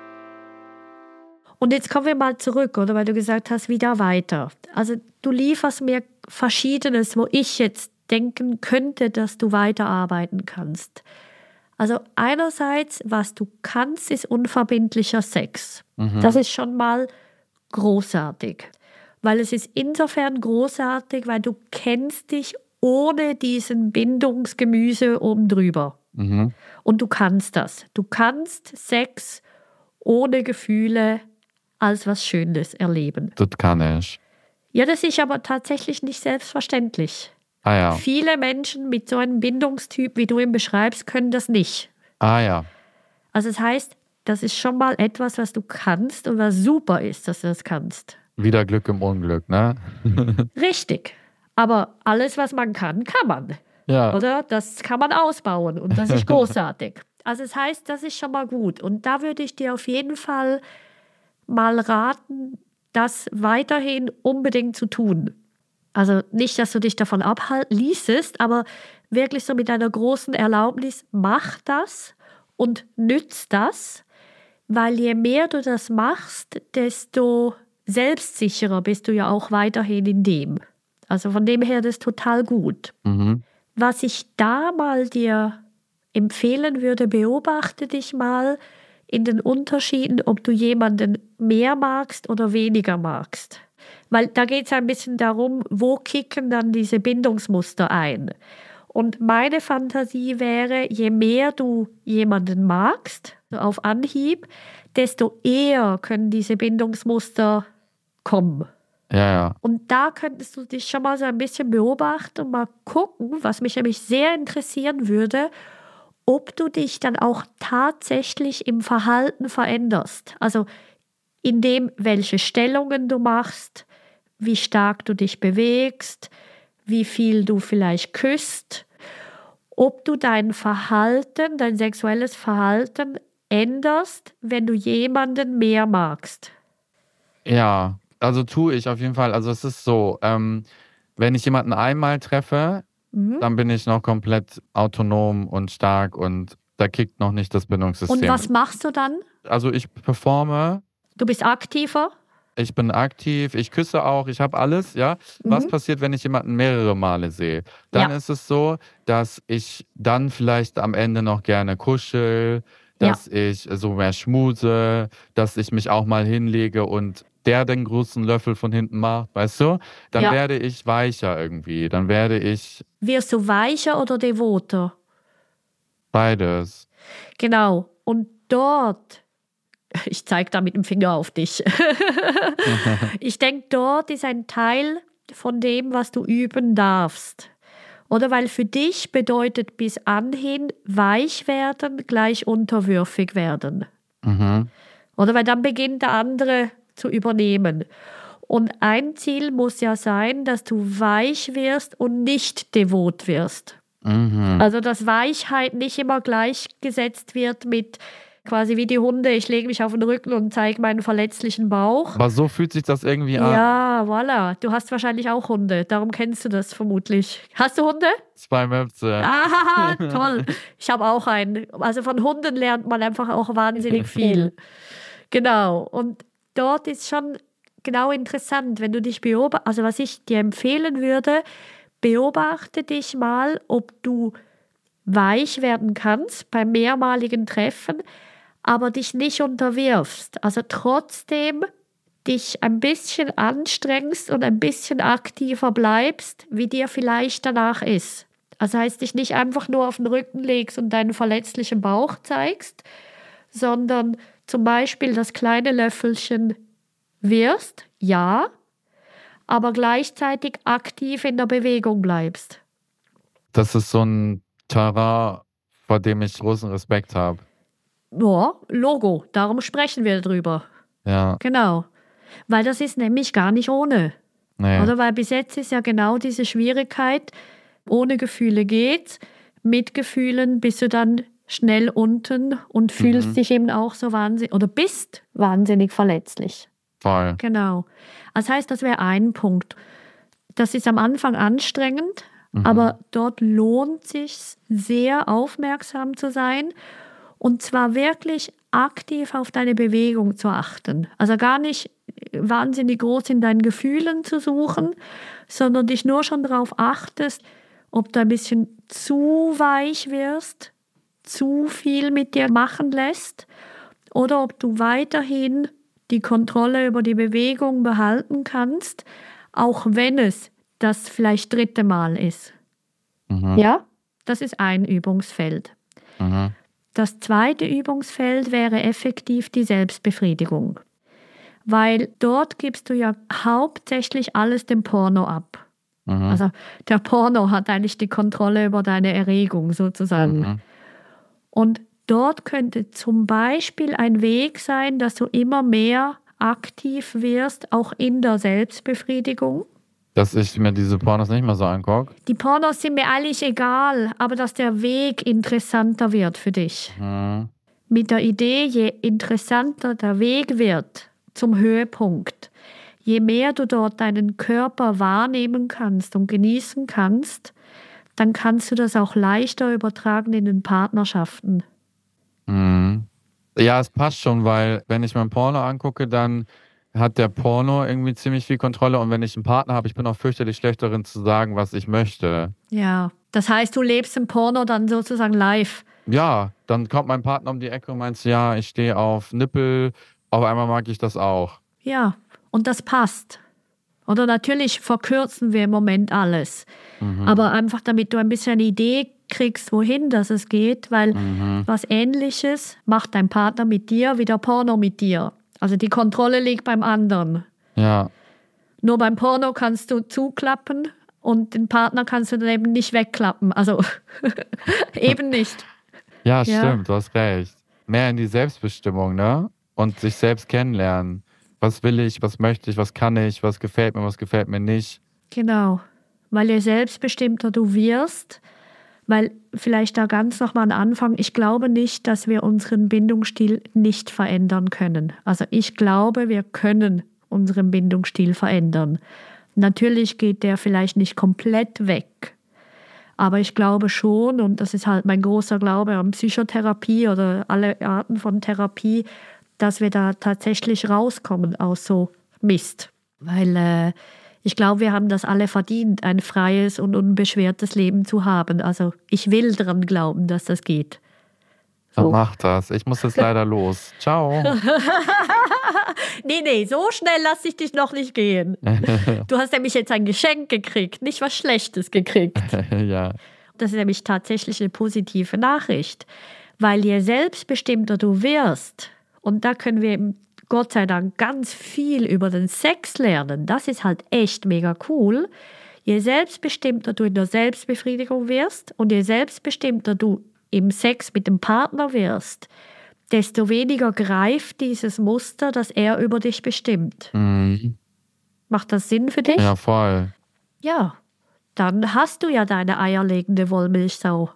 Und jetzt kommen wir mal zurück, oder? Weil du gesagt hast, wieder weiter. Also du lieferst mir Verschiedenes, wo ich jetzt denken könnte, dass du weiterarbeiten kannst. Also einerseits, was du kannst, ist unverbindlicher Sex. Das ist schon mal großartig. Weil es ist insofern großartig, weil du kennst dich ohne diesen Bindungsgemüse oben drüber. Und du kannst das. Du kannst Sex ohne Gefühle als was Schönes erleben. Das kann ich. Ja, das ist aber tatsächlich nicht selbstverständlich. Ah ja. Viele Menschen mit so einem Bindungstyp, wie du ihn beschreibst, können das nicht. Ah ja. Also das heißt, das ist schon mal etwas, was du kannst und was super ist, dass du das kannst. Wieder Glück im Unglück, ne? Richtig. Aber alles, was man kann, kann man. Ja. Oder? Das kann man ausbauen und das ist großartig. Also das heißt, das ist schon mal gut. Und da würde ich dir auf jeden Fall mal raten, das weiterhin unbedingt zu tun. Also nicht, dass du dich davon abhalten ließest, aber wirklich so mit einer großen Erlaubnis, mach das und nütz das, weil je mehr du das machst, desto selbstsicherer bist du ja auch weiterhin in dem. Also von dem her, das ist total gut. Was ich da mal dir empfehlen würde, beobachte dich mal in den Unterschieden, ob du jemanden mehr magst oder weniger magst. Weil da geht es ein bisschen darum, wo kicken dann diese Bindungsmuster ein. Und meine Fantasie wäre, je mehr du jemanden magst, auf Anhieb, desto eher können diese Bindungsmuster kommen. Ja. Und da könntest du dich schon mal so ein bisschen beobachten und mal gucken, was mich nämlich sehr interessieren würde, ob du dich dann auch tatsächlich im Verhalten veränderst. Also in dem, welche Stellungen du machst, wie stark du dich bewegst, wie viel du vielleicht küsst, ob du dein Verhalten, dein sexuelles Verhalten änderst, wenn du jemanden mehr magst. Ja, also tue ich auf jeden Fall. Also es ist so, wenn ich jemanden einmal treffe, dann bin ich noch komplett autonom und stark und da kickt noch nicht das Bindungssystem. Und was machst du dann? Also ich performe. Du bist aktiver? Ich bin aktiv, ich küsse auch, ich habe alles, ja. Was passiert, wenn ich jemanden mehrere Male sehe? Dann ist es so, dass ich dann vielleicht am Ende noch gerne kuschel, dass ich so mehr schmuse, dass ich mich auch mal hinlege und der den großen Löffel von hinten macht, weißt du? Dann werde ich weicher irgendwie. Dann werde ich... Wirst du weicher oder devoter? Beides. Genau. Und dort, ich zeige da mit dem Finger auf dich. Ich denke, dort ist ein Teil von dem, was du üben darfst. Oder weil für dich bedeutet bis anhin weich werden gleich unterwürfig werden. Mhm. Oder weil dann beginnt der andere zu übernehmen. Und ein Ziel muss ja sein, dass du weich wirst und nicht devot wirst. Mhm. Also dass Weichheit nicht immer gleichgesetzt wird mit quasi wie die Hunde, ich lege mich auf den Rücken und zeige meinen verletzlichen Bauch. Aber so fühlt sich das irgendwie an. Ja, voilà. Du hast wahrscheinlich auch Hunde, darum kennst du das vermutlich. Hast du Hunde? 2 Möpse. Ah, toll. Ich habe auch einen. Also von Hunden lernt man einfach auch wahnsinnig viel. Genau. Und dort ist schon genau interessant, wenn du dich beobachtest. Also was ich dir empfehlen würde, beobachte dich mal, ob du weich werden kannst beim mehrmaligen Treffen, aber dich nicht unterwirfst. Also trotzdem dich ein bisschen anstrengst und ein bisschen aktiver bleibst, wie dir vielleicht danach ist. Also heißt, dich nicht einfach nur auf den Rücken legst und deinen verletzlichen Bauch zeigst, sondern zum Beispiel das kleine Löffelchen wirst, ja, aber gleichzeitig aktiv in der Bewegung bleibst. Das ist so ein Terrain, vor dem ich großen Respekt habe. Ja, Logo, darum sprechen wir drüber. Ja. Genau, weil das ist nämlich gar nicht ohne. Nee. Oder weil bis jetzt ist ja genau diese Schwierigkeit, ohne Gefühle geht's, mit Gefühlen bist du dann schnell unten und fühlst dich eben auch so wahnsinnig, oder bist wahnsinnig verletzlich. Voll. Genau. Das heißt, das wäre ein Punkt. Das ist am Anfang anstrengend, aber dort lohnt es sich sehr aufmerksam zu sein und zwar wirklich aktiv auf deine Bewegung zu achten. Also gar nicht wahnsinnig groß in deinen Gefühlen zu suchen, sondern dich nur schon darauf achtest, ob du ein bisschen zu weich wirst, zu viel mit dir machen lässt oder ob du weiterhin die Kontrolle über die Bewegung behalten kannst, auch wenn es das vielleicht 3. Mal ist. Ja, das ist ein Übungsfeld. Das 2. Übungsfeld wäre effektiv die Selbstbefriedigung. Weil dort gibst du ja hauptsächlich alles dem Porno ab. Also der Porno hat eigentlich die Kontrolle über deine Erregung sozusagen. Und dort könnte zum Beispiel ein Weg sein, dass du immer mehr aktiv wirst, auch in der Selbstbefriedigung. Dass ich mir diese Pornos nicht mehr so angucke. Die Pornos sind mir eigentlich egal, aber dass der Weg interessanter wird für dich. Mit der Idee, je interessanter der Weg wird zum Höhepunkt, je mehr du dort deinen Körper wahrnehmen kannst und genießen kannst, dann kannst du das auch leichter übertragen in den Partnerschaften. Ja, es passt schon, weil wenn ich mir ein Porno angucke, dann hat der Porno irgendwie ziemlich viel Kontrolle und wenn ich einen Partner habe, ich bin auch fürchterlich schlecht darin zu sagen, was ich möchte. Ja, das heißt, du lebst im Porno dann sozusagen live. Ja, dann kommt mein Partner um die Ecke und meint, ja, ich stehe auf Nippel, auf einmal mag ich das auch. Ja, und das passt. Oder natürlich verkürzen wir im Moment alles. Aber einfach damit du ein bisschen eine Idee kriegst, wohin das es geht, weil was Ähnliches macht dein Partner mit dir, wie der Porno mit dir. Also die Kontrolle liegt beim anderen. Ja. Nur beim Porno kannst du zuklappen und den Partner kannst du dann eben nicht wegklappen. Also eben nicht. Ja, stimmt, du hast recht. Mehr in die Selbstbestimmung, ne? Und sich selbst kennenlernen. Was will ich, was möchte ich, was kann ich, was gefällt mir nicht. Genau, weil je selbstbestimmter du wirst, weil vielleicht da ganz nochmal am Anfang, ich glaube nicht, dass wir unseren Bindungsstil nicht verändern können. Also ich glaube, wir können unseren Bindungsstil verändern. Natürlich geht der vielleicht nicht komplett weg, aber ich glaube schon, und das ist halt mein großer Glaube an Psychotherapie oder alle Arten von Therapie, dass wir da tatsächlich rauskommen aus so Mist. Weil ich glaube, wir haben das alle verdient, ein freies und unbeschwertes Leben zu haben. Also ich will daran glauben, dass das geht. So. Dann mach das. Ich muss jetzt leider los. Ciao. Nee, so schnell lasse ich dich noch nicht gehen. Du hast nämlich jetzt ein Geschenk gekriegt, nicht was Schlechtes gekriegt. Ja. Das ist nämlich tatsächlich eine positive Nachricht, weil je selbstbestimmter du wirst, und da können wir Gott sei Dank ganz viel über den Sex lernen, das ist halt echt mega cool, je selbstbestimmter du in der Selbstbefriedigung wirst und je selbstbestimmter du im Sex mit dem Partner wirst, desto weniger greift dieses Muster, das er über dich bestimmt. Mhm. Macht das Sinn für dich? Ja, voll. Ja, dann hast du ja deine eierlegende Wollmilchsau.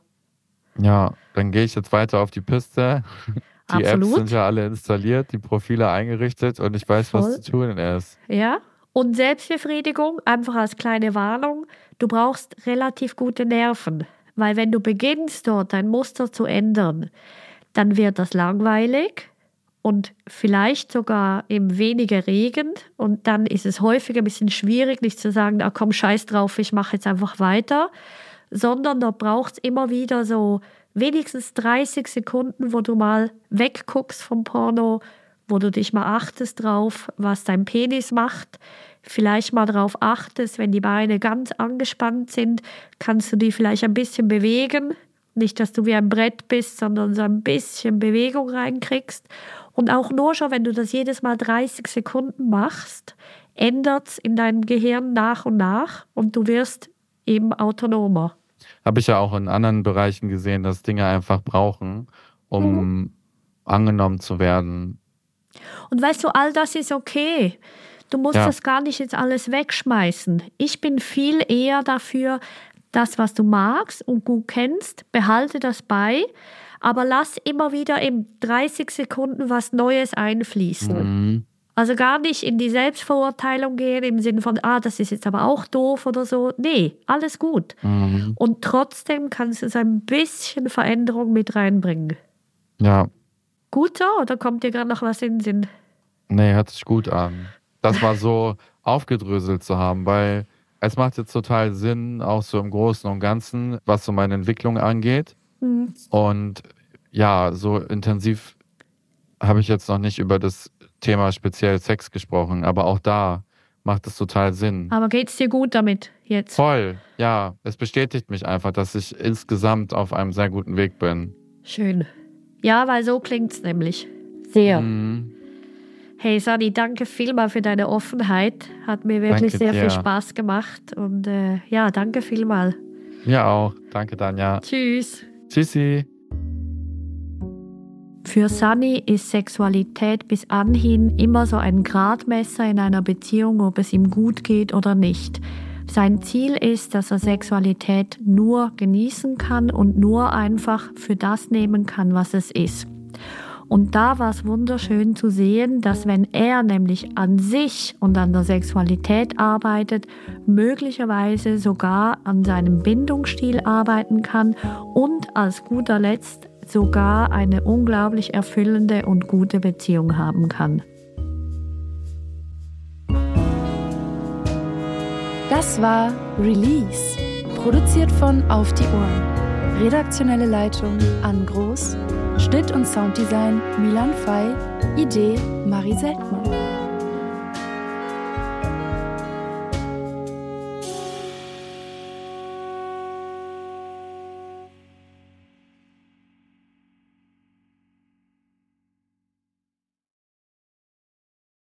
Ja, dann gehe ich jetzt weiter auf die Piste. Die Absolut. Apps sind ja alle installiert, die Profile eingerichtet und ich weiß, Voll. was zu tun ist. Ja, und Selbstbefriedigung, einfach als kleine Warnung, du brauchst relativ gute Nerven, weil wenn du beginnst dort dein Muster zu ändern, dann wird das langweilig und vielleicht sogar eben weniger regend und dann ist es häufig ein bisschen schwierig, nicht zu sagen, komm, scheiß drauf, ich mache jetzt einfach weiter, sondern da braucht es immer wieder so wenigstens 30 Sekunden, wo du mal wegguckst vom Porno, wo du dich mal achtest drauf, was dein Penis macht, vielleicht mal darauf achtest, wenn die Beine ganz angespannt sind, kannst du die vielleicht ein bisschen bewegen. Nicht, dass du wie ein Brett bist, sondern so ein bisschen Bewegung reinkriegst. Und auch nur schon, wenn du das jedes Mal 30 Sekunden machst, ändert es in deinem Gehirn nach und du wirst eben autonomer. Habe ich ja auch in anderen Bereichen gesehen, dass Dinge einfach brauchen, um angenommen zu werden. Und weißt du, all das ist okay. Du musst das gar nicht jetzt alles wegschmeißen. Ich bin viel eher dafür, das, was du magst und gut kennst, behalte das bei, aber lass immer wieder in 30 Sekunden was Neues einfließen. Mhm. Also gar nicht in die Selbstverurteilung gehen im Sinne von, das ist jetzt aber auch doof oder so. Nee, alles gut. Mhm. Und trotzdem kannst du so ein bisschen Veränderung mit reinbringen. Ja. Gut so, oder kommt dir gerade noch was in den Sinn? Nee, hört sich gut an. Das mal so aufgedröselt zu haben, weil es macht jetzt total Sinn, auch so im Großen und Ganzen, was so meine Entwicklung angeht. Mhm. Und ja, so intensiv habe ich jetzt noch nicht über das Thema speziell Sex gesprochen, aber auch da macht es total Sinn. Aber geht's dir gut damit jetzt? Voll, ja. Es bestätigt mich einfach, dass ich insgesamt auf einem sehr guten Weg bin. Schön. Ja, weil so klingt's nämlich. Sehr. Mhm. Hey Sani, danke vielmal für deine Offenheit. Hat mir wirklich Danke sehr dir. viel Spaß gemacht. Und danke vielmal. Mir auch. Danke, Danja. Tschüss. Tschüssi. Für Sani ist Sexualität bis anhin immer so ein Gradmesser in einer Beziehung, ob es ihm gut geht oder nicht. Sein Ziel ist, dass er Sexualität nur genießen kann und nur einfach für das nehmen kann, was es ist. Und da war es wunderschön zu sehen, dass wenn er nämlich an sich und an der Sexualität arbeitet, möglicherweise sogar an seinem Bindungsstil arbeiten kann und als guter Letzt sogar eine unglaublich erfüllende und gute Beziehung haben kann. Das war Release, produziert von Auf die Ohren. Redaktionelle Leitung Ann Groß, Schnitt und Sounddesign Milan Fey, Idee Marie Seltmann.